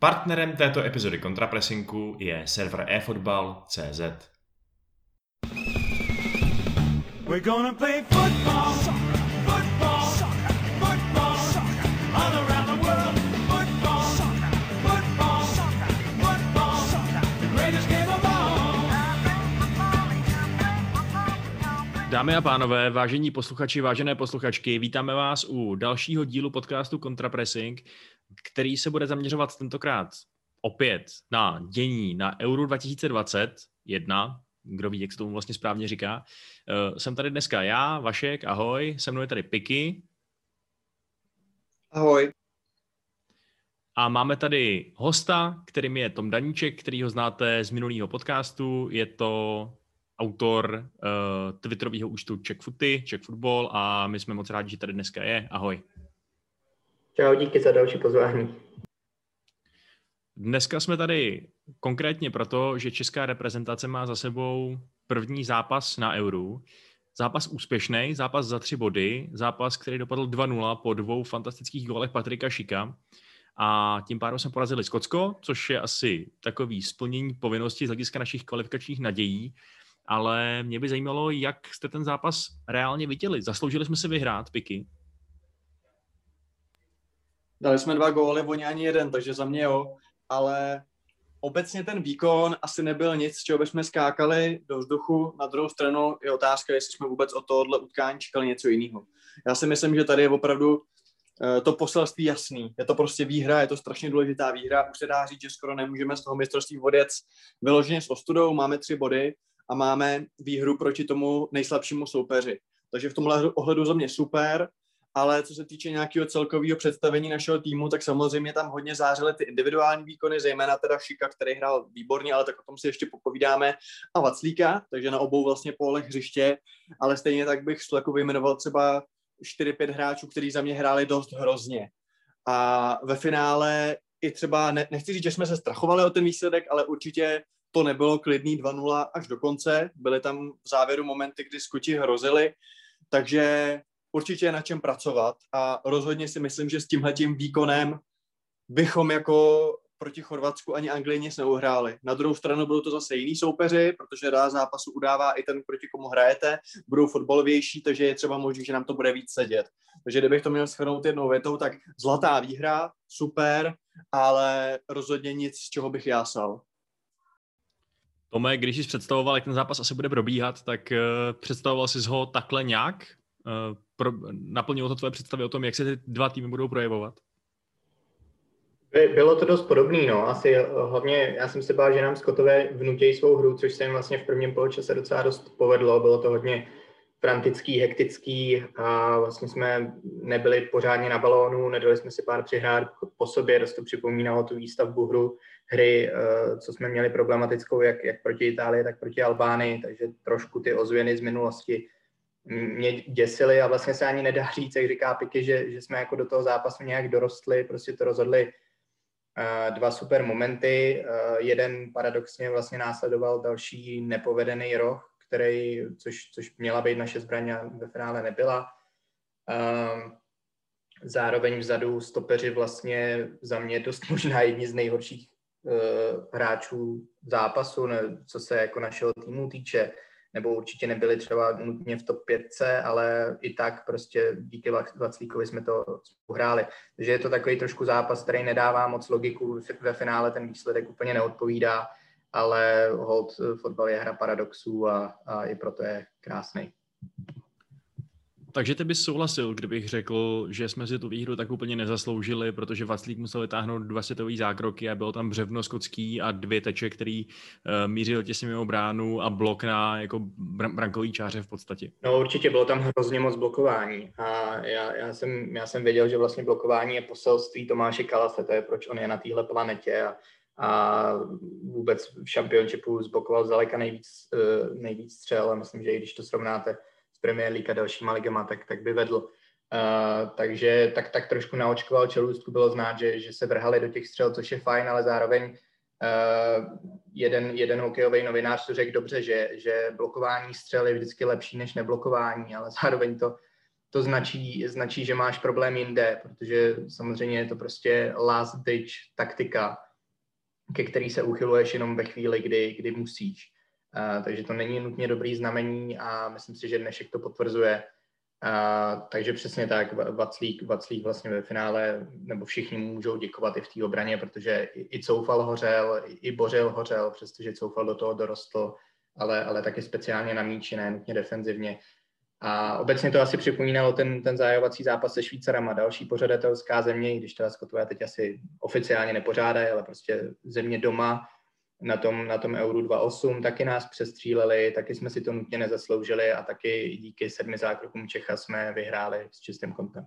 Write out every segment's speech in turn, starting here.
Partnerem této epizody Kontrapressingu je server eFootball.cz. We're gonna play football, football, football, all around the world. Football, football, football, the greatest game of all. Dámy a pánové, vážení posluchači, vážené posluchačky, vítáme vás u dalšího dílu podcastu Kontrapressing, který se bude zaměřovat tentokrát opět na dění na Euro 2021. Kdo ví, jak se tomu vlastně správně říká. Jsem tady dneska já, Vašek, ahoj, se mnou je tady Piky. Ahoj. A máme tady hosta, kterým je Tom Daníček, který ho znáte z minulého podcastu. Je to autor twitterového účtu Czech Football a my jsme moc rádi, že tady dneska je. Ahoj. Čau, díky za další pozvání. Dneska jsme tady konkrétně proto, že česká reprezentace má za sebou první zápas na Euru. Zápas úspěšný, zápas za 3 body, zápas, který dopadl 2-0 po 2 fantastických gólech Patrika Šika. A tím pádem jsme porazili Skotsko, což je asi takový splnění povinnosti z hlediska našich kvalifikačních nadějí. Ale mě by zajímalo, jak jste ten zápas reálně viděli. Zasloužili jsme si vyhrát, Piky? Dali jsme 2 góly, oni ani jeden, takže za mě jo. Ale obecně ten výkon asi nebyl nic, z čeho bychom skákali do vzduchu. Na druhou stranu je otázka, jestli jsme vůbec od tohohle utkání čekali něco jiného. Já si myslím, že tady je opravdu to poselství jasný. Je to prostě výhra, je to strašně důležitá výhra. Už se dá říct, že skoro nemůžeme z toho mistrovství odjet vyloženě s ostudou. Máme 3 body a máme výhru proti tomu nejslabšímu soupeři. Takže v tomhle ohledu za mě super. Ale co se týče nějakého celkového představení našeho týmu, tak samozřejmě tam hodně zářily ty individuální výkony, zejména teda Šika, který hrál výborně, ale tak o tom si ještě popovídáme, a Vaclíka, takže na obou vlastně pólech hřiště, ale stejně tak bych jako vyjmenoval třeba 4-5 hráčů, kteří za mě hráli dost hrozně. A ve finále i třeba, nechci říct, že jsme se strachovali o ten výsledek, ale určitě to nebylo klidný 2-0 až do konce, byly tam v závěru momenty, kdy Skoti hrozili, takže určitě je na čem pracovat a rozhodně si myslím, že s tímhletím výkonem bychom jako proti Chorvatsku ani Anglii nic neuhráli. Na druhou stranu budou to zase jiný soupeři, protože ráz zápasu udává i ten, proti komu hrajete, budou fotbalovější, takže je třeba možný, že nám to bude víc sedět. Takže kdybych to měl shrnout jednou větou, tak zlatá výhra, super, ale rozhodně nic, z čeho bych jásal. Tome, když jsi představoval, jak ten zápas asi bude probíhat, tak představoval jsi ho takhle nějak? Naplnilo to tvoje představy o tom, jak se ty 2 týmy budou projevovat? Bylo to dost podobný, no. Asi hlavně já jsem se bál, že nám Skotové vnutějí svou hru, což se jim vlastně v prvním poločase docela dost povedlo. Bylo to hodně frantický, hektický a vlastně jsme nebyli pořádně na balónu, nedali jsme si pár přihrát po sobě, dost to připomínalo tu výstavbu hry, co jsme měli problematickou jak proti Itálii, tak proti Albánii, takže trošku ty ozvěny z minulosti mě děsily a vlastně se ani nedá říct, jak říká Piky, že jsme jako do toho zápasu nějak dorostli, prostě to rozhodli 2 super momenty, jeden paradoxně vlastně následoval další nepovedený roh, což měla být naše zbraň a ve finále nebyla. Zároveň vzadu stopeři vlastně za mě dost možná jedni z nejhorších hráčů zápasu, co se jako našeho týmu týče, nebo určitě nebyli třeba nutně v top 5, ale i tak prostě díky Vaclíkovi jsme to uhráli. Takže je to takový trošku zápas, který nedává moc logiku, ve finále ten výsledek úplně neodpovídá, ale hold fotbal je hra paradoxů a i proto je krásný. Takže ty bys souhlasil, kdybych řekl, že jsme si tu výhru tak úplně nezasloužili, protože Vaclík musel vytáhnout 2 světové zákroky a bylo tam břevno skotský a 2 teče, který mířil těsně mimo bránu a blok na jako brankový čáře v podstatě. No určitě bylo tam hrozně moc blokování a já jsem věděl, že vlastně blokování je poselství Tomáše Kalase, to je proč on je na téhle planetě a vůbec v šampionšipu zblokoval zdaleka nejvíc střel a myslím, že i když to srovnáte Premier League a dalšíma ligama, tak by vedl. Takže tak trošku naočkoval čelůstku, bylo znát, že se vrhali do těch střel, což je fajn, ale zároveň jeden hokejový novinář to řekl dobře, že blokování střel je vždycky lepší než neblokování, ale zároveň to značí, že máš problém jinde, protože samozřejmě je to prostě last ditch taktika ke který se uchyluješ jenom ve chvíli, kdy musíš. Takže to není nutně dobrý znamení a myslím si, že dnešek to potvrzuje. Takže přesně tak, Vaclík vlastně ve finále, nebo všichni můžou děkovat i v té obraně, protože i Coufal hořel, i Bořil hořel, přestože Coufal do toho dorostl, ale taky speciálně na míči, ne nutně defenzivně. A obecně to asi připomínalo ten zájovací zápas se Švýcarama, další pořadatelská země, i když teda Skotové teď asi oficiálně nepořádají, ale prostě země doma na tom Euru 2.8 taky nás přestříleli, taky jsme si to nutně nezasloužili a taky díky 7 zákrokům Čecha jsme vyhráli s čistým kontem.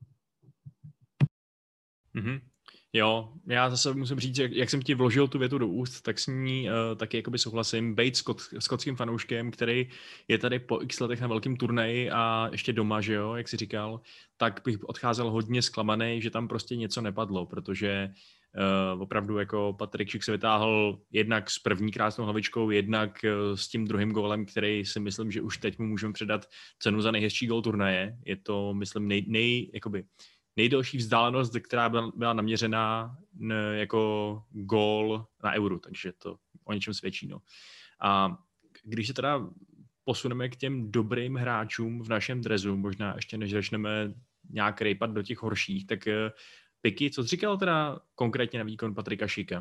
Mm-hmm. Jo, já zase musím říct, že jak jsem ti vložil tu větu do úst, tak s ní taky jakoby souhlasím. Bejt skotským fanouškem, který je tady po x letech na velkém turnaji a ještě doma, že jo, jak jsi říkal, tak bych odcházel hodně zklamaný, že tam prostě něco nepadlo, protože opravdu jako Patrik Schick se vytáhl jednak s první krásnou hlavičkou, jednak s tím druhým gólem, který si myslím, že už teď mu můžeme předat cenu za nejhezčí gól turnaje. Je to, myslím, nejdelší vzdálenost, která byla naměřená jako gól na Euro, takže to o něčem svědčí. No. A když se teda posuneme k těm dobrým hráčům v našem dresu, možná ještě než začneme nějak rejpat do těch horších, tak Piky, co jsi říkal teda konkrétně na výkon Patrika Schicka?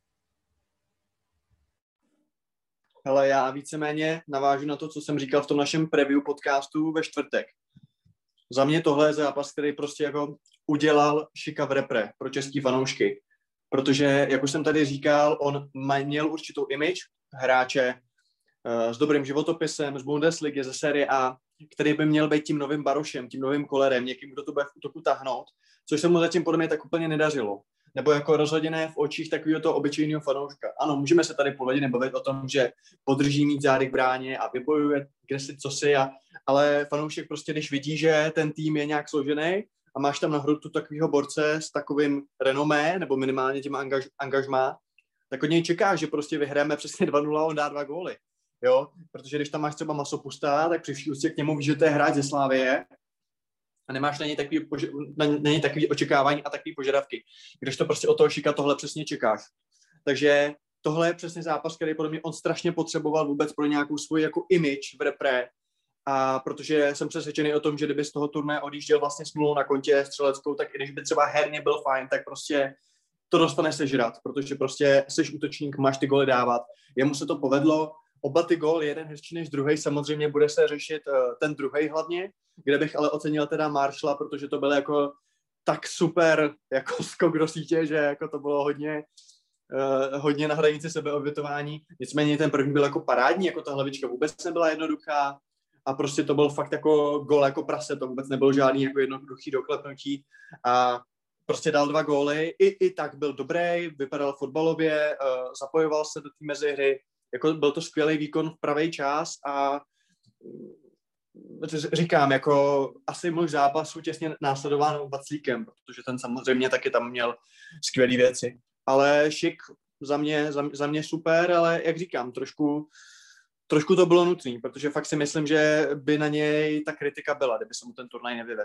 Hele, já víceméně navážu na to, co jsem říkal v tom našem preview podcastu ve čtvrtek. Za mě tohle je zápas, který prostě jako udělal Schicka v repre pro český fanoušky. Protože, jak už jsem tady říkal, on měl určitou image hráče s dobrým životopisem, z Bundesligy, ze Serie A, který by měl být tím novým Barošem, tím novým Kolerem, někým, kdo to bude v útoku tahnout, což se mu zatím podle mě tak úplně nedařilo. Nebo jako rozhodně ne v očích takového toho obyčejného fanouška. Ano, můžeme se tady po hodině bavit o tom, že podrží mít zády k bráně a vybojuje kdesi cosi, ale fanoušek prostě, když vidí, že ten tým je nějak složený a máš tam na hrotu takového borce s takovým renomé, nebo minimálně tím angažmá, tak od něj čeká, že prostě vyhráme přesně 2-0 a on dá 2 góly. Jo? Protože když tam máš třeba Masopusta, tak při vší úctě k němu víš, že to je hráč ze Slavie a nemáš na něj takový očekávání a takový požadavky. Když to prostě od toho Schicka tohle přesně čekáš. Takže tohle je přesně zápas, který podle mě on strašně potřeboval vůbec pro nějakou svoji jako image v repre. A protože jsem přesvědčený o tom, že kdyby z toho turnaje odjížděl vlastně s nulou na kontě střeleckou, tak i když by třeba herně byl fajn, tak prostě to dostane sežrat, protože prostě jsi útočník, máš ty góly dávat. Jemu se to povedlo, oba ty góly, jeden hezčí než druhý, samozřejmě bude se řešit ten druhý hlavně, kde bych ale ocenil teda Marshalla, protože to byl jako tak super jako skok do sítě, že jako to bylo hodně na hranici sebeobětování. Nicméně ten první byl jako parádní, jako ta hlavička vůbec nebyla jednoduchá a prostě to byl fakt jako gól jako prase, to vůbec nebyl žádný jako jednoduchý doklepnutí a prostě dal 2 góly, i tak byl dobrý, vypadal fotbalově, zapojoval se do té mezihry, jako byl to skvělý výkon v pravý čas a říkám, jako asi můj zápas těsně následován Vaclíkem, protože ten samozřejmě taky tam měl skvělé věci. Ale Schick za mě super, ale jak říkám, trošku to bylo nutné, protože fakt si myslím, že by na něj ta kritika byla, kdyby se mu ten turnaj nevyvedl.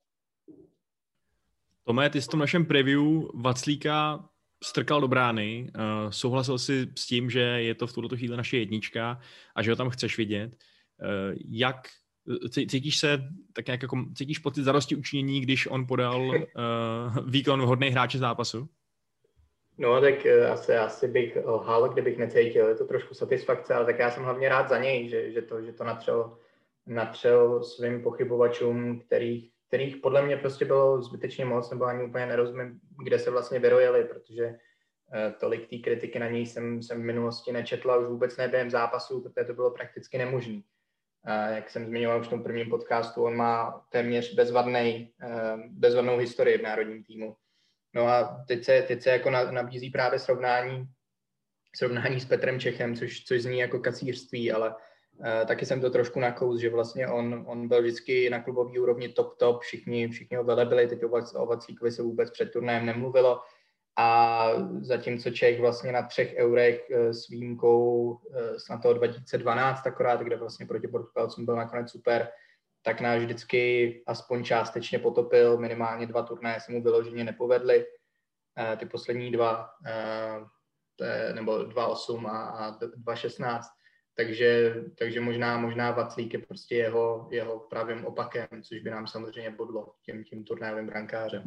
Tome, ty jsi v tom našem preview Vaclíka strkal do brány, souhlasil jsi s tím, že je to v tuto chvíli naše jednička a že ho tam chceš vidět. Jak cítíš se, tak nějak jako, cítíš pocit zadosti učinění, když on podal výkon vhodný hráče zápasu? No, tak asi bych lhal, kdybych necítil. Je to trošku satisfakce, ale tak já jsem hlavně rád za něj, že to natřel svým pochybovačům, kterých podle mě prostě bylo zbytečně moc, nebo ani úplně nerozumím, kde se vlastně vyrojili, protože tolik té kritiky na něj jsem v minulosti nečetla, už vůbec ne během zápasu, protože to bylo prakticky nemožné. Jak jsem zmiňoval už v tom prvním podcastu, on má téměř bezvadnou historii v národním týmu. No a teď se jako nabízí právě srovnání s Petrem Čechem, což zní jako kacířství, ale taky jsem to trošku nakous, že vlastně on byl vždycky na klubové úrovni top, všichni ho velebili, teď o Vaclíkovi se vůbec před turnajem nemluvilo a zatímco Čech vlastně na 3 eurech s výjimkou snad toho 2012 akorát, kde vlastně proti Portugalcům byl nakonec super, tak nás vždycky aspoň částečně potopil, minimálně 2 turnaje se mu vyloženě nepovedly, ty poslední 2, nebo 2,8 a 2,16. Takže možná Vaclík je prostě jeho pravým opakem, což by nám samozřejmě bodlo tím turnajovým brankářem.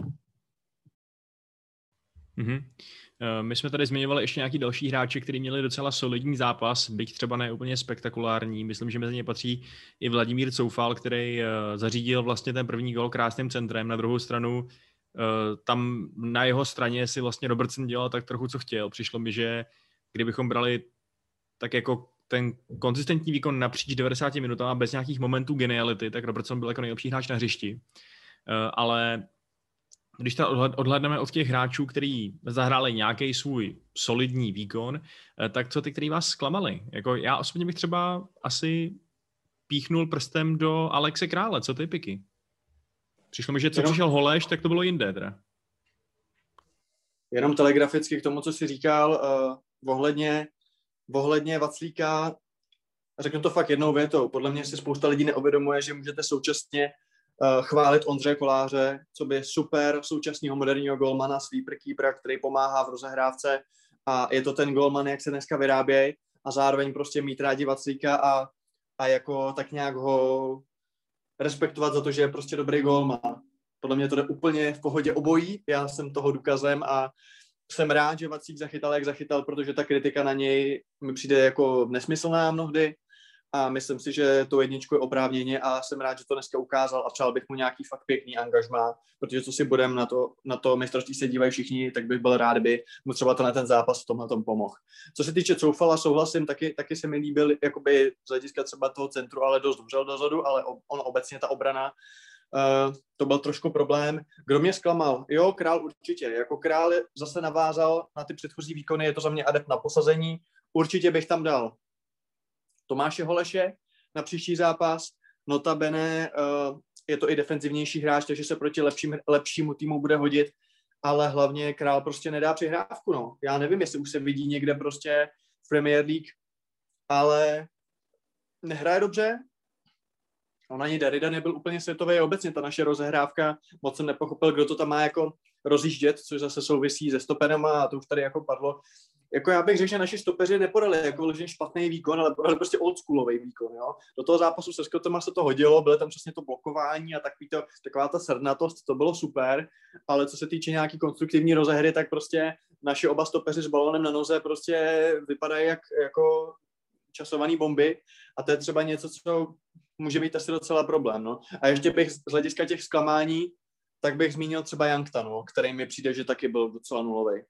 Mm-hmm. My jsme tady zmiňovali ještě nějaký další hráči, kteří měli docela solidní zápas, byť třeba ne úplně spektakulární. Myslím, že mezi ně patří i Vladimír Coufal, který zařídil vlastně ten první gól krásným centrem. Na druhou stranu tam na jeho straně si vlastně Robertson dělal tak trochu, co chtěl. Přišlo mi, že kdybychom brali tak jako ten konzistentní výkon napříč 90 minutama bez nějakých momentů geniality, tak Robertson byl jako nejlepší hráč na hřišti. Ale když ta odhlédneme od těch hráčů, kteří zahráli nějaký svůj solidní výkon, tak co ty, kteří vás zklamali? Jako já osobně bych třeba asi píchnul prstem do Alexe Krále. Co ty, Piky? Přišlo mi, že co přišel Holeš, tak to bylo jinde teda. Jenom telegraficky k tomu, co jsi říkal, ohledně Vaclíka, řeknu to fakt jednou větou. Podle mě si spousta lidí neuvědomuje, že můžete současně chválit Ondřeje Koláře, co by super současného moderního golmana, sleeper keepera, který pomáhá v rozehrávce a je to ten golman, jak se dneska vyrábějí a zároveň prostě mít rádi Vaclíka a jako tak nějak ho respektovat za to, že je prostě dobrý golman. Podle mě to jde úplně v pohodě obojí, já jsem toho důkazem a jsem rád, že Vaclík zachytal, jak zachytal, protože ta kritika na něj mi přijde jako nesmyslná mnohdy a myslím si, že to jedničku je oprávněně a jsem rád, že to dneska ukázal a přál bych mu nějaký fakt pěkný angažmá, protože co si budem na to mistrovství se dívají všichni, tak bych byl rád, by mu třeba ten zápas v tomhletom pomohl. Co se týče Coufala, souhlasím, taky se mi líbil jakoby z hlediska třeba toho centru, ale dost dobře dozadu, ale on obecně ta obrana, to byl trošku problém. Kdo mě zklamal? Jo, Král určitě. Jako Král zase navázal na ty předchozí výkony, je to za mě adept na posazení. Určitě bych tam dal Tomáše Holeše na příští zápas. Notabene je to i defenzivnější hráč, takže se proti lepšímu týmu bude hodit, ale hlavně Král prostě nedá přihrávku. No. Já nevím, jestli už se vidí někde prostě v Premier League, ale nehraje dobře. On ani Derrida nebyl úplně světový, obecně ta naše rozehrávka, moc jsem nepochopil, kdo to tam má jako rozjíždět, což zase souvisí se stoperama a to už tady jako padlo. Jako já bych řekl, že naši stopeři nepodali jako vloženě špatný výkon, ale podali prostě oldschoolový výkon. Jo? Do toho zápasu se Scottama se to hodilo, bylo tam přesně to blokování a taková ta srdnatost, to bylo super, ale co se týče nějaký konstruktivní rozehry, tak prostě naši oba stopeři s balonem na noze prostě vypadají jako časovaný bomby a to je třeba něco, co může být asi docela problém. No. A ještě bych z hlediska těch zklamání, tak bych zmínil třeba Jankta, no, který mi přijde, že taky byl docela nulový.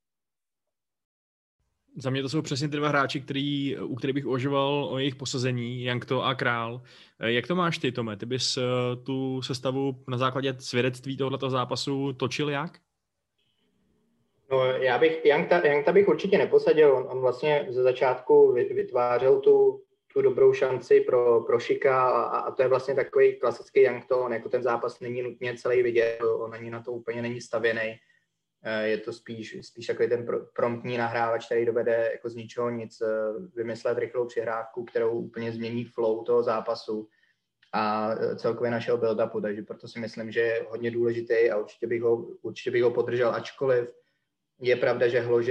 Za mě to jsou přesně ty dva hráči, u kterých bych uvažoval o jejich posazení, Jankto a Král. Jak to máš ty, Tome? Ty bys tu sestavu na základě svědectví tohoto zápasu točil jak? No, Jankta bych určitě neposadil. On vlastně ze začátku vytvářel tu dobrou šanci pro Šika a to je vlastně takový klasický Jankto. Jako ten zápas není nutně celý vidět, on ani na to úplně není stavěný. Je to spíš takový ten promptní nahrávač, který dovede jako z ničeho nic vymyslet rychlou přihrávku, kterou úplně změní flow toho zápasu a celkově našeho build-upu, takže proto si myslím, že je hodně důležitý a určitě bych ho podržel, ačkoliv je pravda,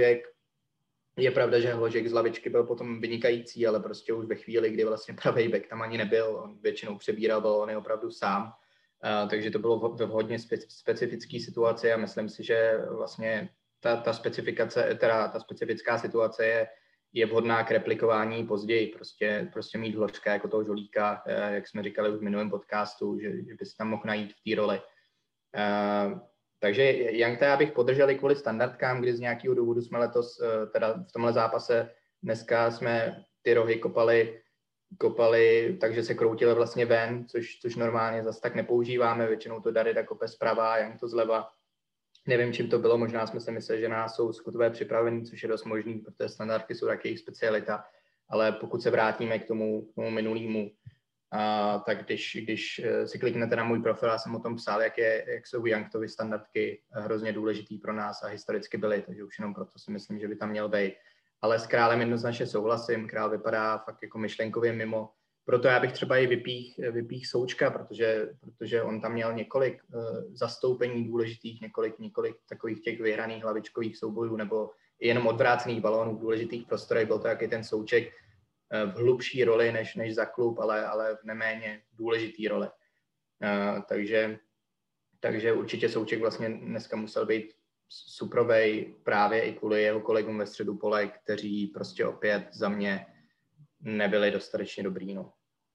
že Hložek z lavičky byl potom vynikající, ale prostě už ve chvíli, kdy vlastně pravej back tam ani nebyl, on většinou přebíral balóny opravdu sám, takže to bylo v hodně specifické situaci a myslím si, že vlastně ta specifická situace je vhodná k replikování později, prostě mít Hložka jako toho žolíka, jak jsme říkali už v minulém podcastu, že by se tam mohl najít v té roli. Takže Jankta já bych podržel i kvůli standardkám, kdy z nějakého důvodu jsme letos, teda v tomhle zápase dneska jsme ty rohy kopali, takže se kroutili vlastně ven, což normálně zase tak nepoužíváme, většinou to Darida kope zprava a Jankto zleva. Nevím, čím to bylo, možná jsme si mysleli, že nás jsou skutové připravení, což je dost možný, protože standardky jsou taky jejich specialita, ale pokud se vrátíme k tomu minulýmu, tak když si kliknete na můj profil, já jsem o tom psal, jak jsou Janktovy standardky hrozně důležitý pro nás a historicky byly, takže už jenom proto si myslím, že by tam měl být. Ale s Králem jednoznačně souhlasím, Král vypadá fakt jako myšlenkově mimo, proto já bych třeba i vypích Součka, protože on tam měl několik zastoupení důležitých, několik takových těch vyhraných hlavičkových soubojů nebo jenom odvrácených balónů v důležitých prostorech. Byl to taky ten Souček v hlubší roli než za klub, ale v neméně důležitý roli. Takže určitě Souček vlastně dneska musel být suprovej právě i kvůli jeho kolegům ve středu pole, kteří prostě opět za mě nebyli dostatečně dobrý. No.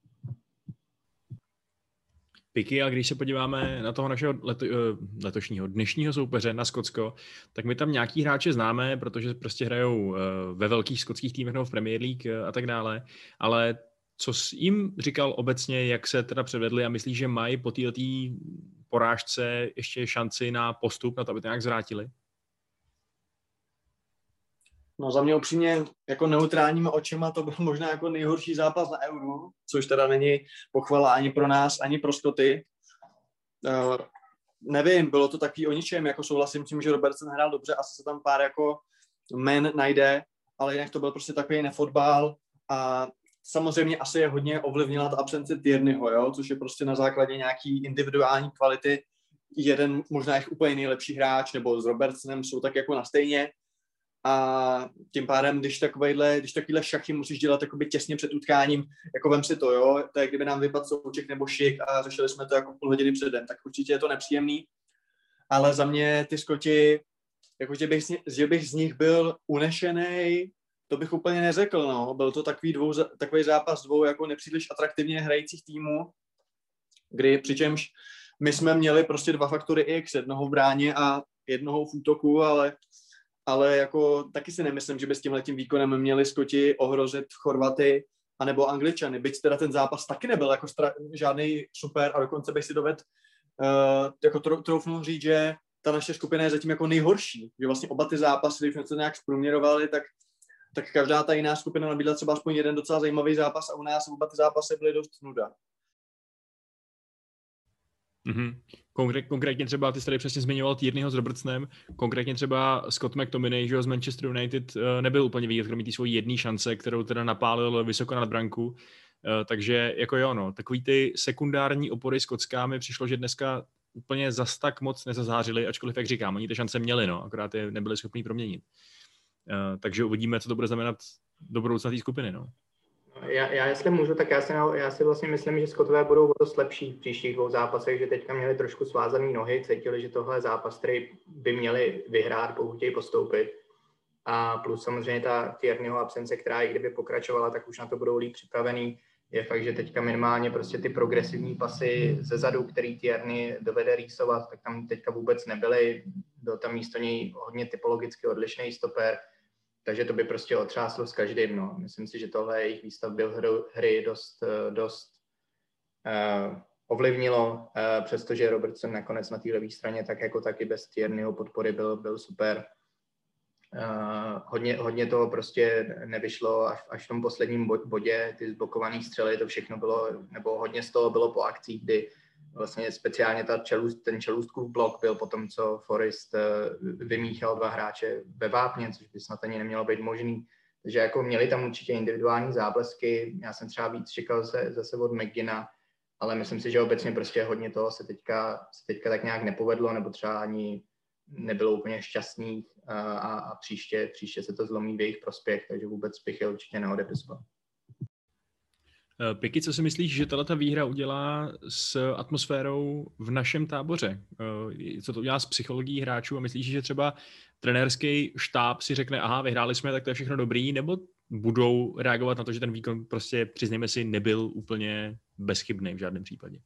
Piky, a když se podíváme na toho našeho letošního, dnešního soupeře, na Skotsko, tak my tam nějaký hráče známe, protože prostě hrajou ve velkých skotských týmech nebo v Premier League a tak dále, ale co jim říkal obecně, jak se teda předvedli a myslí, že mají po této porážce ještě šanci na postup, na to, aby to nějak zvrátili? No za mě upřímně jako neutrálníma očima to byl možná jako nejhorší zápas na Euro, což teda není pochvala ani pro nás, ani pro Skoty. Nevím, bylo to takový o ničem, jako souhlasím tím, že Robertson hrál dobře, asi se tam pár jako men najde, ale jinak to byl prostě takový nefotbal a samozřejmě asi je hodně ovlivnila ta absence Tierneyho, jo, což je prostě na základě nějaký individuální kvality jeden možná jich úplně nejlepší hráč, nebo s Robertsonem jsou tak jako na stejně. A tím pádem, když takovýhle šachy musíš dělat jakoby těsně před utkáním, jako vem si to, jo, to je kdyby nám vypadl Souček nebo Šik a řešili jsme to jako půl hodiny předem, tak určitě je to nepříjemný, ale za mě ty Skoti, jako že bych z nich byl unešenej, to bych úplně neřekl, no, byl to takový zápas dvou jako nepříliš atraktivně hrajících týmů, kdy přičemž my jsme měli prostě 2 faktory X, jednoho v bráně a jednoho v útoku, ale jako taky si nemyslím, že by s tímhletím výkonem měli Skoti ohrozit Chorvaty anebo Angličany. Byť teda ten zápas taky nebyl jako žádný super a dokonce bych si dovedl jako troufnu říct, že ta naše skupina je zatím jako nejhorší. Že vlastně oba ty zápasy, když jsme to nějak zprůměrovali, tak každá ta jiná skupina nabídla třeba aspoň jeden docela zajímavý zápas a u nás oba ty zápasy byly dost nuda. Mm-hmm. Konkrétně třeba, ty jsi tady přesně zmiňoval Tierneyho s Robertsonem, konkrétně třeba Scott McTominay, že z Manchester United nebyl úplně vidět, kromě té svojí jedné šance, kterou teda napálil vysoko nad branku, takže jako jo, no, takový ty sekundární opory Skotská mi přišlo, že dneska úplně zas tak moc nezazářili, ačkoliv, jak říkám, oni ty šance měli, no, akorát je nebyli schopní proměnit. Takže uvidíme, co to bude znamenat do budoucna té skupiny, no. Já jestli můžu, tak já si vlastně myslím, že Skotové budou dost lepší v příštích 2 zápasech, že teďka měli trošku svázané nohy, cítili, že tohle je zápas, který by měli vyhrát, pokud chtějí postoupit. A plus samozřejmě ta Tierneyho absence, která i kdyby pokračovala, tak už na to budou líp připravený. Je fakt, že teďka minimálně prostě ty progresivní pasy ze zadu, který Tierney dovede rýsovat, tak tam teďka vůbec nebyly. Byl tam místo něj hodně typologicky odlišný stoper. Takže to by prostě otřáslo s každým. No. Myslím si, že tohle jejich výstavby hry dost ovlivnilo, přestože Robertson nakonec na té levé straně tak jako taky bez Tierneyho podpory byl super. Hodně toho prostě nevyšlo až v tom posledním bodě, ty zblokované střely, to všechno bylo, nebo hodně z toho bylo po akcích, kdy vlastně speciálně ten čelůstkův blok byl po tom, co Forest vymíchal 2 hráče ve vápně, což by snad ani nemělo být možný. Takže jako měli tam určitě individuální záblesky, já jsem třeba víc čekal zase od McGinna, ale myslím si, že obecně prostě hodně toho se teďka tak nějak nepovedlo, nebo třeba ani nebylo úplně šťastných a příště se to zlomí v jejich prospěch, takže vůbec bych je určitě neodepisoval. Piky, co si myslíš, že tato výhra udělá s atmosférou v našem táboře? Co to udělá s psychologií hráčů a myslíš, že třeba trenérský štáb si řekne, aha, vyhráli jsme, tak to je všechno dobrý, nebo budou reagovat na to, že ten výkon prostě, přiznejme si, nebyl úplně bezchybný v žádném případě?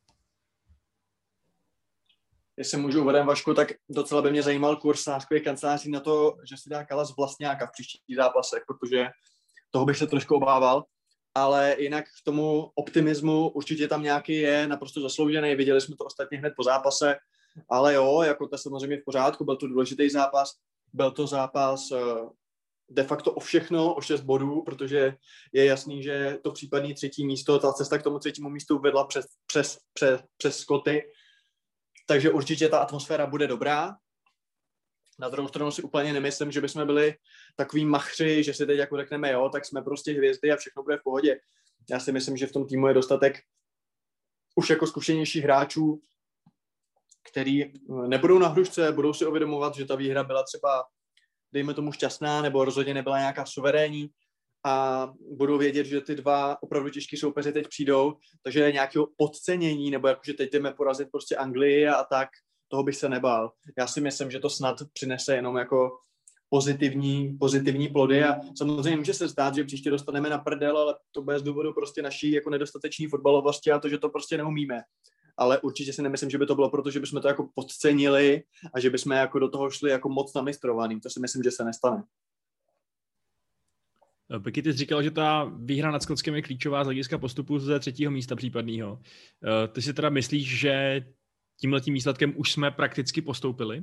Jestli můžu uvedem, Vašku, tak docela by mě zajímal kurz sázkových kanceláří na to, že si dá Kalas Vlastňáka v příštích zápasech, protože toho bych se trošku obával. Ale jinak k tomu optimismu určitě tam nějaký je naprosto zasloužený. Viděli jsme to ostatně hned po zápase, ale jo, jako to samozřejmě v pořádku, byl to důležitý zápas. Byl to zápas de facto o všechno, o 6 bodů, protože je jasný, že to případný 3. místo, ta cesta k tomu 3. místu vedla přes Skoty. Takže určitě ta atmosféra bude dobrá. Na druhou stranu si úplně nemyslím, že bychom byli takový machři, že si teď jako řekneme, jo, tak jsme prostě hvězdy a všechno bude v pohodě. Já si myslím, že v tom týmu je dostatek už jako zkušenějších hráčů, který nebudou na hrušce, budou si uvědomovat, že ta výhra byla třeba, dejme tomu, šťastná, nebo rozhodně nebyla nějaká suverénní a budou vědět, že ty dva opravdu těžký soupeři teď přijdou, takže nějakého podcenění, nebo jakože teď jdeme porazit prostě Anglii a tak, toho bych se nebál. Já si myslím, že to snad přinese jenom jako pozitivní plody a samozřejmě může se stát, že příště dostaneme na prdel, ale to bude z důvodu prostě naší jako nedostateční fotbalovosti a to, že to prostě neumíme. Ale určitě si nemyslím, že by to bylo proto, že bychom to jako podcenili a že bychom jako do toho šli jako moc namistrovaný. To si myslím, že se nestane. Peky, ty jsi říkal, že ta výhra nad Skotskem je klíčová z hlediska postupu ze 3. místa případného. Ty si teda myslíš, že tímhletím výsledkem už jsme prakticky postoupili?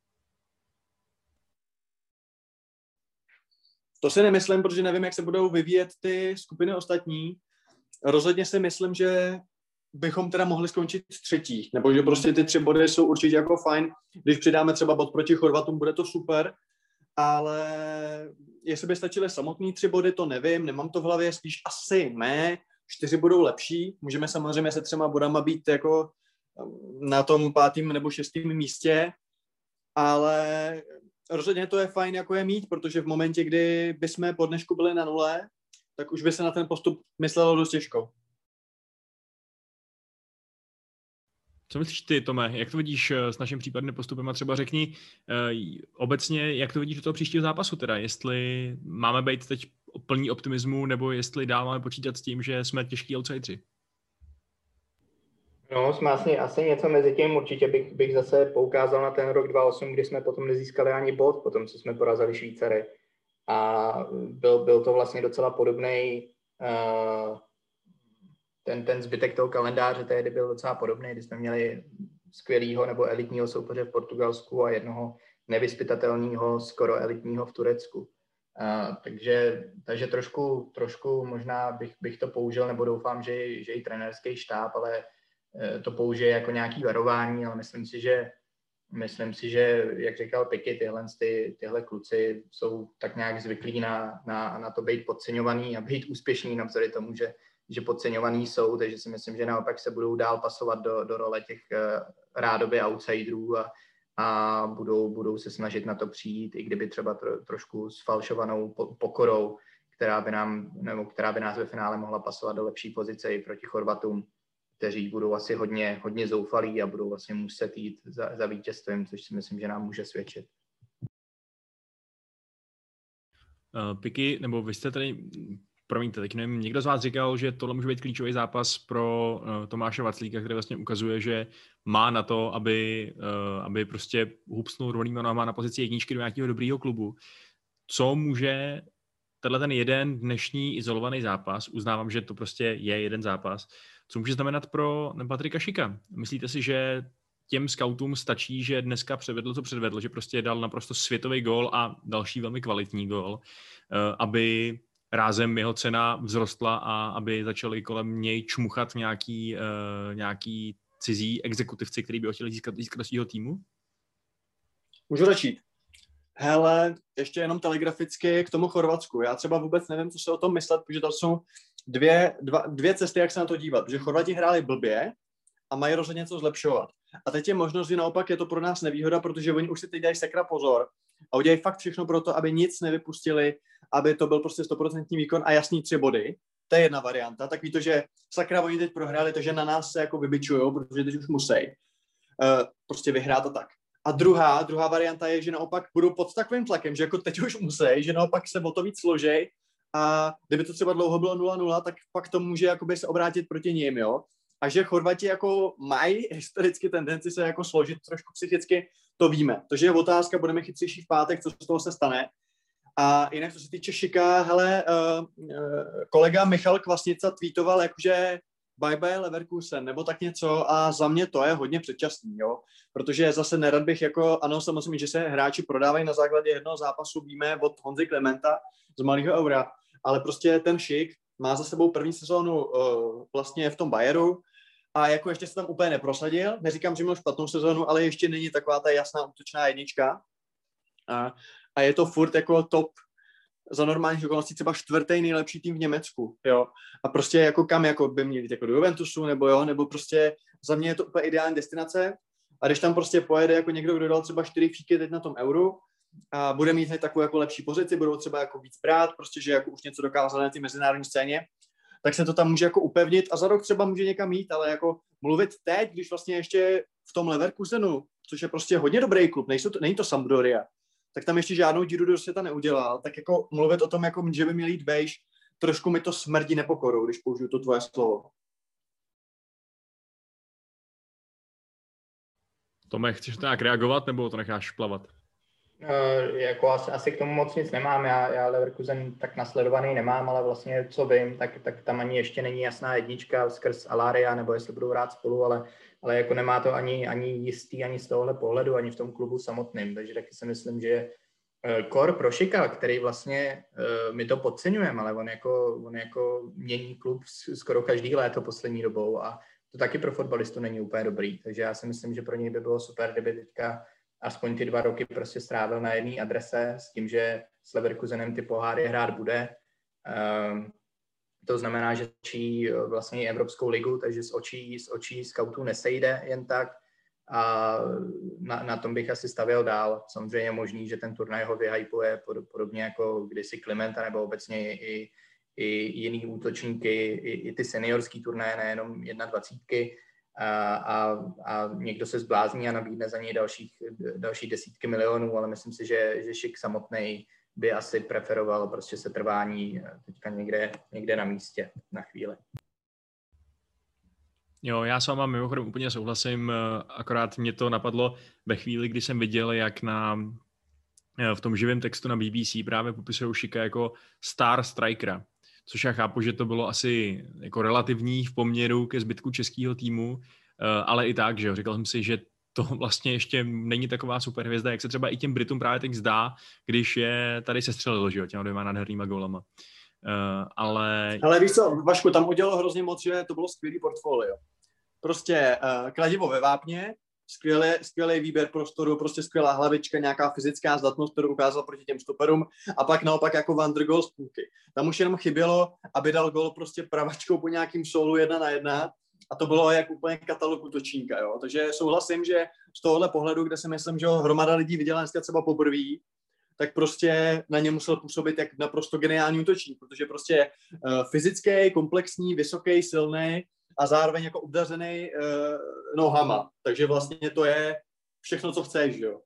To si nemyslím, protože nevím, jak se budou vyvíjet ty skupiny ostatní. Rozhodně si myslím, že bychom teda mohli skončit 3. Nebo že prostě ty 3 body jsou určitě jako fajn. Když přidáme třeba bod proti Chorvatům, bude to super, ale jestli by stačily samotný 3 body, to nevím, nemám to v hlavě, spíš asi ne. 4 budou lepší, můžeme samozřejmě se 3 bodama být jako na tom 5. nebo 6. místě, ale rozhodně to je fajn, jako je mít, protože v momentě, kdy bychom po dnešku byli na 0, tak už by se na ten postup myslelo dost těžko. Co myslíš ty, Tome? Jak to vidíš s naším případným postupem? A třeba řekni obecně, jak to vidíš do toho příštího zápasu teda? Jestli máme být teď plný optimismu, nebo jestli dál máme počítat s tím, že jsme těžký outsideri? No, jsme asi něco mezi tím. Určitě bych zase poukázal na ten rok 2008, kdy jsme potom nezískali ani bod, potom co jsme porazili Švýcary. A byl to vlastně docela podobný ten zbytek toho kalendáře tehdy byl docela podobný, kdy jsme měli skvělýho nebo elitního soupeře v Portugalsku a jednoho nevyzpytatelného, skoro elitního v Turecku. Takže trošku možná bych to použil, nebo doufám, že i trenérský štáb, ale to použije jako nějaký varování, ale myslím si, že jak říkal Piky, tyhle kluci jsou tak nějak zvyklí na to být podceňovaný a být úspěšný navzdory tomu, že podceňovaný jsou, takže si myslím, že naopak se budou dál pasovat do role těch rádoby outsiderů a budou se snažit na to přijít, i kdyby třeba trošku sfalšovanou pokorou, která by nás ve finále mohla pasovat do lepší pozice i proti Chorvatům, kteří budou asi hodně zoufalí a budou vlastně muset jít za vítězstvím, což si myslím, že nám může svědčit. Piky, nebo vy jste tady, promiňte, teď nevím, někdo z vás říkal, že tohle může být klíčový zápas pro Tomáše Vaclíka, který vlastně ukazuje, že má na to, aby prostě hupsnul rovnýma nohama na pozici jedničky do nějakého dobrýho klubu. Co může ten jeden dnešní izolovaný zápas, uznávám, že to prostě je jeden zápas, co může znamenat pro Patrika Šika? Myslíte si, že těm scoutům stačí, že dneska předvedl, co předvedl, že prostě dal naprosto světový gól a další velmi kvalitní gól, aby rázem jeho cena vzrostla a aby začali kolem něj čmuchat nějaký cizí exekutivci, který by ho chtěli získat do svého týmu? Můžu začít. Hele, ještě jenom telegraficky k tomu Chorvatsku. Já třeba vůbec nevím, co se o tom myslet, protože tam jsou dvě cesty, jak se na to dívat. Protože Chorvati hráli blbě a mají rozhodně něco zlepšovat. A teď je možnost, že naopak je to pro nás nevýhoda, protože oni už si teď dají sakra pozor a udělají fakt všechno pro to, aby nic nevypustili, aby to byl prostě 100% výkon a jasný 3 body. To je jedna varianta. Tak ví to, že sakra oni teď prohráli, takže na nás se jako vybičujou, protože teď už musí prostě vyhrát a tak. A druhá varianta je, že naopak budou pod takovým tlakem, že jako teď už musí, že naopak se o to víc složej a kdyby to třeba dlouho bylo 0-0, tak pak to může jakoby se obrátit proti nim, jo. A že Chorvati jako mají historicky tendenci se jako složit trošku psychicky, to víme. Takže je otázka, budeme chytřejší v pátek, co z toho se stane. A jinak, co se týče Šika, hele, kolega Michal Kvasnica tweetoval, jakože bye bye Leverkusen, nebo tak něco a za mě to je hodně předčasný, jo, protože zase nerad bych jako, ano, samozřejmě, že se hráči prodávají na základě jednoho zápasu, víme od Honzy Klementa z Malého Eura, ale prostě ten Šik má za sebou první sezónu vlastně v tom Bayeru a jako ještě se tam úplně neprosadil, neříkám, že měl špatnou sezónu, ale ještě není taková ta jasná útočná jednička a je to furt jako top za normálních okolností třeba 4. nejlepší tým v Německu, jo. A prostě jako kam jako by měli jít, jako do Juventusu, nebo prostě za mě je to úplně ideální destinace. A když tam prostě pojede jako někdo, kdo dal třeba 4 fíky teď na tom Euru a bude mít hned takovou jako lepší pozici, budou třeba jako víc brát, prostě, že jako už něco dokázal na té mezinárodní scéně, tak se to tam může jako upevnit a za rok třeba může někam jít, ale jako mluvit teď, když vlastně ještě v tom Leverkusenu, což je prostě hodně dobrý klub, není to Sampdoria, tak tam ještě žádnou díru do světa neudělal, tak jako mluvit o tom, jako, že by měl jít vejš, trošku mi to smrdí nepokorou, když použiju to tvoje slovo. Tome, chceš to nějak reagovat, nebo to necháš plavat? Jako asi k tomu moc nic nemám, já Leverkusen tak nasledovaný nemám, ale vlastně co vím, tak tam ani ještě není jasná jednička skrz Alaria, nebo jestli budou hrát spolu, ale jako nemá to ani jistý, ani z tohohle pohledu, ani v tom klubu samotným, takže taky si myslím, že Kor Prošika, který vlastně my to podceňujeme, ale on jako mění klub skoro každý léto poslední dobou a to taky pro fotbalistu není úplně dobrý, takže já si myslím, že pro něj by bylo super, kdyby teďka aspoň ty 2 roky prostě strávil na jedné adrese s tím, že s Leverkusenem ty poháry hrát bude. To znamená, že učí vlastně i Evropskou ligu, takže z očí skautů nesejde jen tak a na tom bych asi stavěl dál. Samozřejmě je možný, že ten turnaj ho vyhypuje podobně jako kdysi Klimenta nebo obecně i jiný útočníky, i ty seniorský turnaje, nejenom 21. A někdo se zblázní a nabídne za něj další desítky milionů, ale myslím si, že Šik samotný by asi preferoval prostě setrvání teďka někde na místě na chvíli. Jo, já s váma mimochodem úplně souhlasím, akorát mě to napadlo ve chvíli, kdy jsem viděl, jak v tom živém textu na BBC právě popisují Šika jako star strikera, což já chápu, že to bylo asi jako relativní v poměru ke zbytku českého týmu, ale i tak, že jo, říkal jsem si, že to vlastně ještě není taková superhvězda, jak se třeba i těm Britům právě teď zdá, když je tady sestřelil, že jo, těma 2 nádhernýma gólama. Ale víš co, Vašku, tam udělalo hrozně moc, že to bylo skvělý portfolio. Prostě kladivo ve vápně, skvělý výběr prostoru, prostě skvělá hlavička, nějaká fyzická zdatnost, kterou ukázal proti těm stoperům a pak naopak jako Vandergol z půlky. Tam už jenom chybělo, aby dal gol prostě pravačkou po nějakým solu 1 na 1 a to bylo jak úplně katalog útočníka, jo. Takže souhlasím, že z tohohle pohledu, kde si myslím, že ho hromada lidí viděla dneska třeba poprvé, tak prostě na ně musel působit jak naprosto geniální útočník, protože prostě fyzický, komplexní, vysoký, silný a zároveň jako obdařený nohama. Takže vlastně to je všechno, co chceš, jo.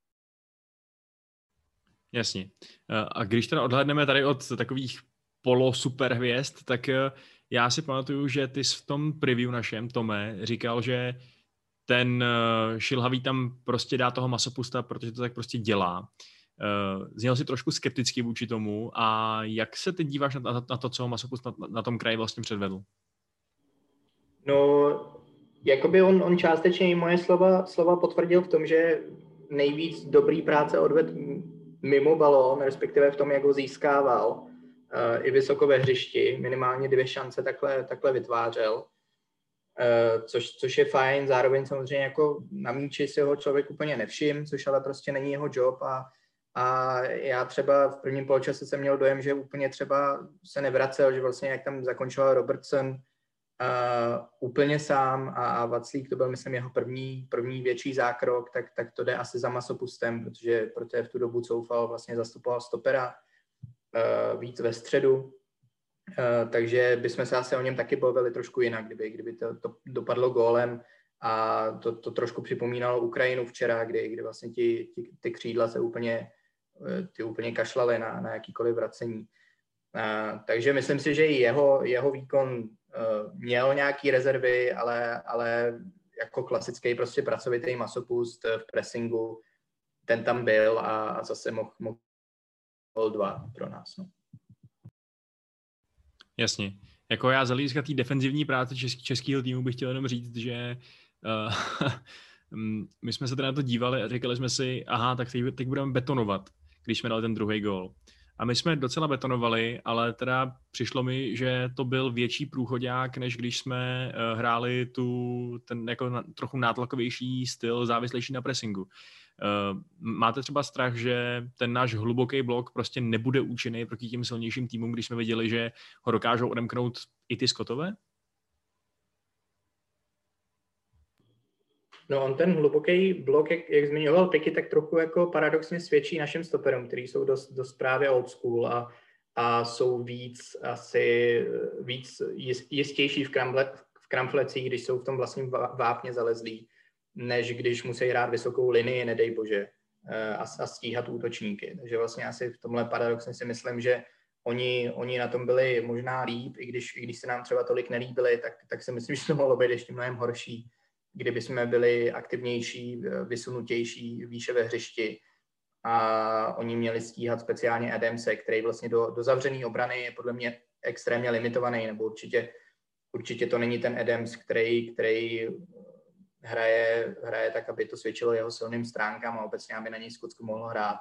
Jasně. A když teda odhlédneme tady od takových polo-superhvězd, tak já si pamatuju, že ty v tom preview našem, Tome, říkal, že ten šilhavý tam prostě dá toho masopusta, protože to tak prostě dělá. Zněl si trošku skepticky vůči tomu a jak se teď díváš na to, co masopust na tom kraji vlastně předvedl? No, jakoby on částečně i moje slova potvrdil v tom, že nejvíc dobrý práce odvedl mimo balón, respektive v tom, jak ho získával, i vysoko ve hřišti, minimálně 2 šance takhle vytvářel, což je fajn, zároveň samozřejmě jako na míči si ho člověk úplně nevšim, což ale prostě není jeho job a já třeba v prvním poločase jsem měl dojem, že úplně třeba se nevracel, že vlastně jak tam zakončoval Robertson úplně sám a Vaclík, to byl myslím jeho první větší zákrok, tak to jde asi za masopustem, protože v tu dobu Coufal vlastně zastupoval stopera víc ve středu, takže bychom se asi o něm taky bavili trošku jinak, kdyby to dopadlo gólem a to trošku připomínalo Ukrajinu včera, kdy vlastně ty křídla se úplně kašlaly na jakýkoliv vracení. Takže myslím si, že i jeho výkon měl nějaký rezervy, ale jako klasický prostě pracovitý masopust v pressingu, ten tam byl a zase mohl 2 pro nás. No. Jasně. Jako já z hlediska té defenzivní práce českého týmu bych chtěl jenom říct, že my jsme se teda na to dívali a říkali jsme si, aha, tak teď budeme betonovat, když jsme dali ten druhý gól. A my jsme docela betonovali, ale teda přišlo mi, že to byl větší průchodák, než když jsme hráli ten jako trochu nátlakovější styl, závislejší na pressingu. Máte třeba strach, že ten náš hluboký blok prostě nebude účinný proti těm silnějším týmům, když jsme viděli, že ho dokážou odemknout i ty Scottové? No on ten hluboký blok, jak zmiňoval Piky, tak trochu jako paradoxně svědčí našim stoperům, kteří jsou dost právě old school a jsou víc jistější v kramflecích, když jsou v tom vlastním vápně zalezlí, než když musí hrát vysokou linii, nedej bože, a stíhat útočníky. Takže vlastně asi v tomhle paradoxně si myslím, že oni na tom byli možná líp, i když se nám třeba tolik nelíbili, tak si myslím, že to mohlo být ještě mnohem horší, kdyby jsme byli aktivnější, vysunutější, výše ve hřišti a oni měli stíhat speciálně Adamse, který vlastně do zavřené obrany je podle mě extrémně limitovaný, nebo určitě to není ten Adams, který hraje tak, aby to svědčilo jeho silným stránkám a obecně, aby na něj Skotsko mohlo hrát.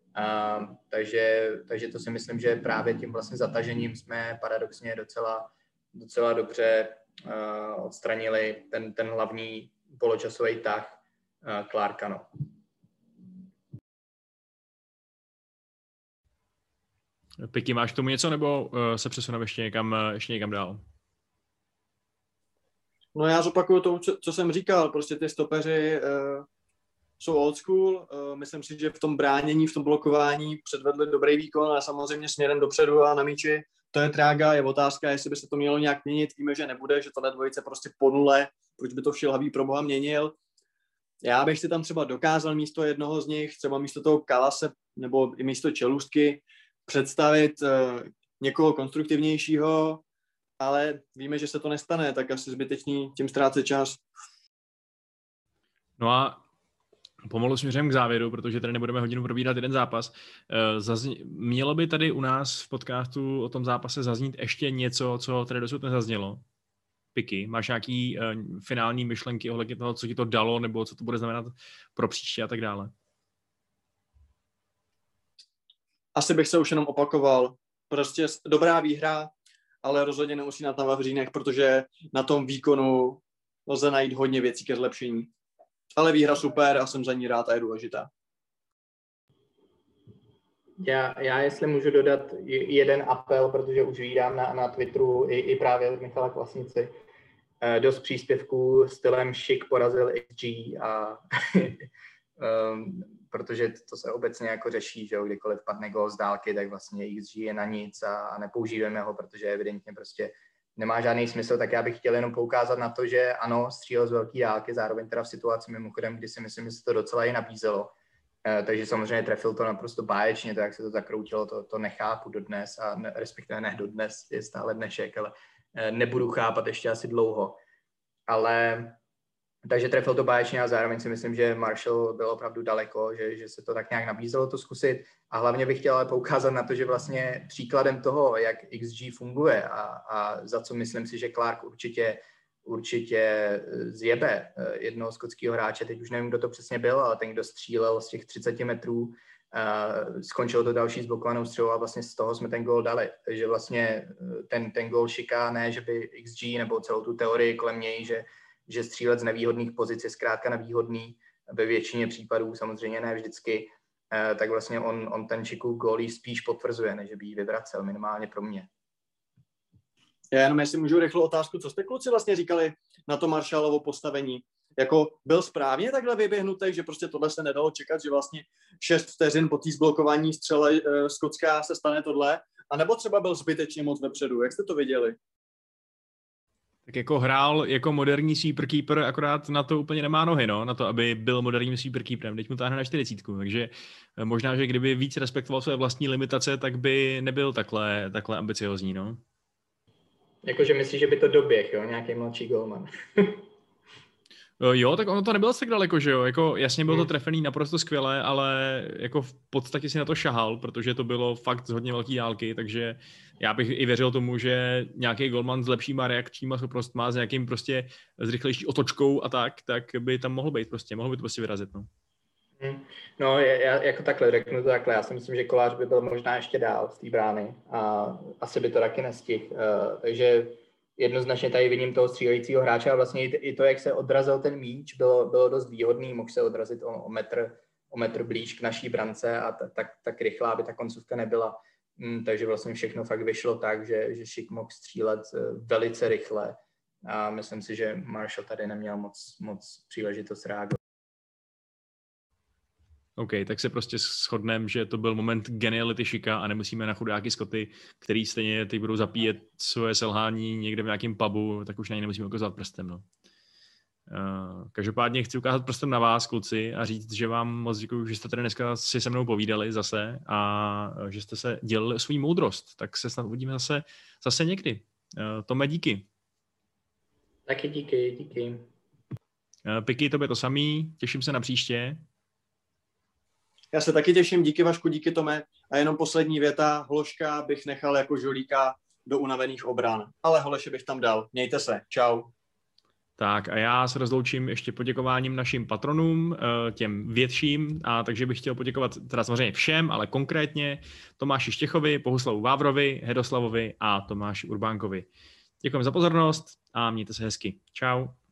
Takže to si myslím, že právě tím vlastně zatažením jsme paradoxně docela dobře odstranili ten hlavní poločasový tah Clarka. No. Piky, máš k tomu něco, nebo se přesuneme ještě někam dál? No já zopakuju to, co jsem říkal, prostě ty stopeři jsou old school, myslím si, že v tom bránění, v tom blokování předvedli dobrý výkon, ale samozřejmě směrem dopředu a na míči to je trága, je otázka, jestli by se to mělo nějak měnit, víme, že nebude, že tohle dvojice prostě po nule, proč by to Šilhavý pro boha měnil. Já bych si tam třeba dokázal místo jednoho z nich, třeba místo toho Kalase nebo i místo Čelůstky představit někoho konstruktivnějšího, ale víme, že se to nestane, tak asi zbytečný tím ztrácet čas. No a pomalu směřujeme k závěru, protože tady nebudeme hodinu probírat jeden zápas. Mělo by tady u nás v podcastu o tom zápase zaznít ještě něco, co tady dosud nezaznělo? Piky, máš nějaký finální myšlenky ohledně toho, co ti to dalo, nebo co to bude znamenat pro příště a tak dále? Asi bych se už jenom opakoval. Prostě dobrá výhra, ale rozhodně nemusí na tam Vavřínech, protože na tom výkonu lze najít hodně věcí ke zlepšení. Ale výhra super a jsem za ní rád a je důležitá. Já jestli můžu dodat jeden apel, protože už vídám na Twitteru i právě od Michala Kvasnici. Dost příspěvků stylem šik porazil XG a protože to se obecně jako řeší, že kdykoliv padne gól z dálky, tak vlastně XG je na nic a nepoužíváme ho, protože evidentně prostě nemá žádný smysl, tak já bych chtěl jenom poukázat na to, že ano, střílel z velký dálky, zároveň teda v situaci mimochodem, kdy si myslím, že se to docela i nabízelo. Takže samozřejmě trefil to naprosto báječně, to, jak se to zakroutilo, to nechápu dodnes, a respektive ne dodnes, je stále dnešek, ale nebudu chápat ještě asi dlouho. Takže trefil to báječně a zároveň si myslím, že Marshall byl opravdu daleko, že se to tak nějak nabízelo to zkusit. A hlavně bych chtěl ale poukázat na to, že vlastně příkladem toho, jak XG funguje a za co myslím si, že Clark určitě zjebe jednoho skotského hráče, teď už nevím, kdo to přesně byl, ale ten, kdo střílel z těch 30 metrů, skončilo to další zblokovanou střelou a vlastně z toho jsme ten gól dali. Takže vlastně ten gól šiká, ne, že by XG nebo celou tu teorii kolem něj, že střílet z nevýhodných pozic je zkrátka nevýhodný, ve většině případů, samozřejmě ne vždycky, tak vlastně on ten Šikův gól spíš potvrzuje, než by ji vyvracel, minimálně pro mě. Já jenom jestli můžu rychlou otázku, co jste kluci vlastně říkali na to Marshallovo postavení? Jako byl správně takhle vyběhnutý, že prostě tohle se nedalo čekat, že vlastně 6 vteřin po té zblokování střele skotská se stane tohle, anebo třeba byl zbytečně moc vepředu, jak jste to viděli? Tak jako hrál jako moderní sweeperkeeper, akorát na to úplně nemá nohy, no, na to, aby byl moderním sweeperkeeperem. Teď mu táhne na 40, takže možná, že kdyby víc respektoval své vlastní limitace, tak by nebyl takhle ambiciozní, no. Jakože myslíš, že by to doběh, jo, nějaký mladší golman. Jo, tak ono to nebylo tak daleko, že jo, jako jasně bylo to trefený naprosto skvěle, ale jako v podstatě si na to šahal, protože to bylo fakt z hodně velký dálky, takže já bych i věřil tomu, že nějaký golman s lepšíma reakčníma schopnostma, s nějakým prostě s rychlejší otočkou a tak by tam mohl by to prostě vyrazit, no. No, já jako takhle, řeknu to takhle, já si myslím, že Kolář by byl možná ještě dál z té brány a asi by to taky nestihl, takže jednoznačně tady vidím toho střílejícího hráče a vlastně i to, jak se odrazil ten míč, bylo dost výhodný, mohl se odrazit o metr blíž k naší brance a tak rychlá, aby ta koncovka nebyla. Takže vlastně všechno fakt vyšlo tak, že Šik mohl střílet velice rychle a myslím si, že Marshall tady neměl moc příležitost reagovat. OK, tak se prostě shodneme, že to byl moment geniality Šika a nemusíme na chudáky Scotty, který stejně teď budou zapíjet svoje selhání někde v nějakém pubu, tak už na ně nemusíme ukazovat prstem. No. Každopádně chci ukázat prstem na vás, kluci, a říct, že vám moc děkuji, že jste tady dneska si se mnou povídali zase a že jste se dělili o svou moudrost. Tak se snad uvidíme zase někdy. Tome, díky. Taky díky. Piky, tobě to samý, těším se na příště. Já se taky těším, díky Vašku, díky Tome. A jenom poslední věta, Hloška bych nechal jako žolíka do unavených obran. Ale Holeše bych tam dal. Mějte se, čau. Tak a já se rozloučím ještě poděkováním našim patronům, těm větším, a takže bych chtěl poděkovat teda samozřejmě všem, ale konkrétně Tomáši Štěchovi, Bohuslavu Vávrovi, Hedoslavovi a Tomáši Urbánkovi. Děkujeme za pozornost a mějte se hezky. Čau.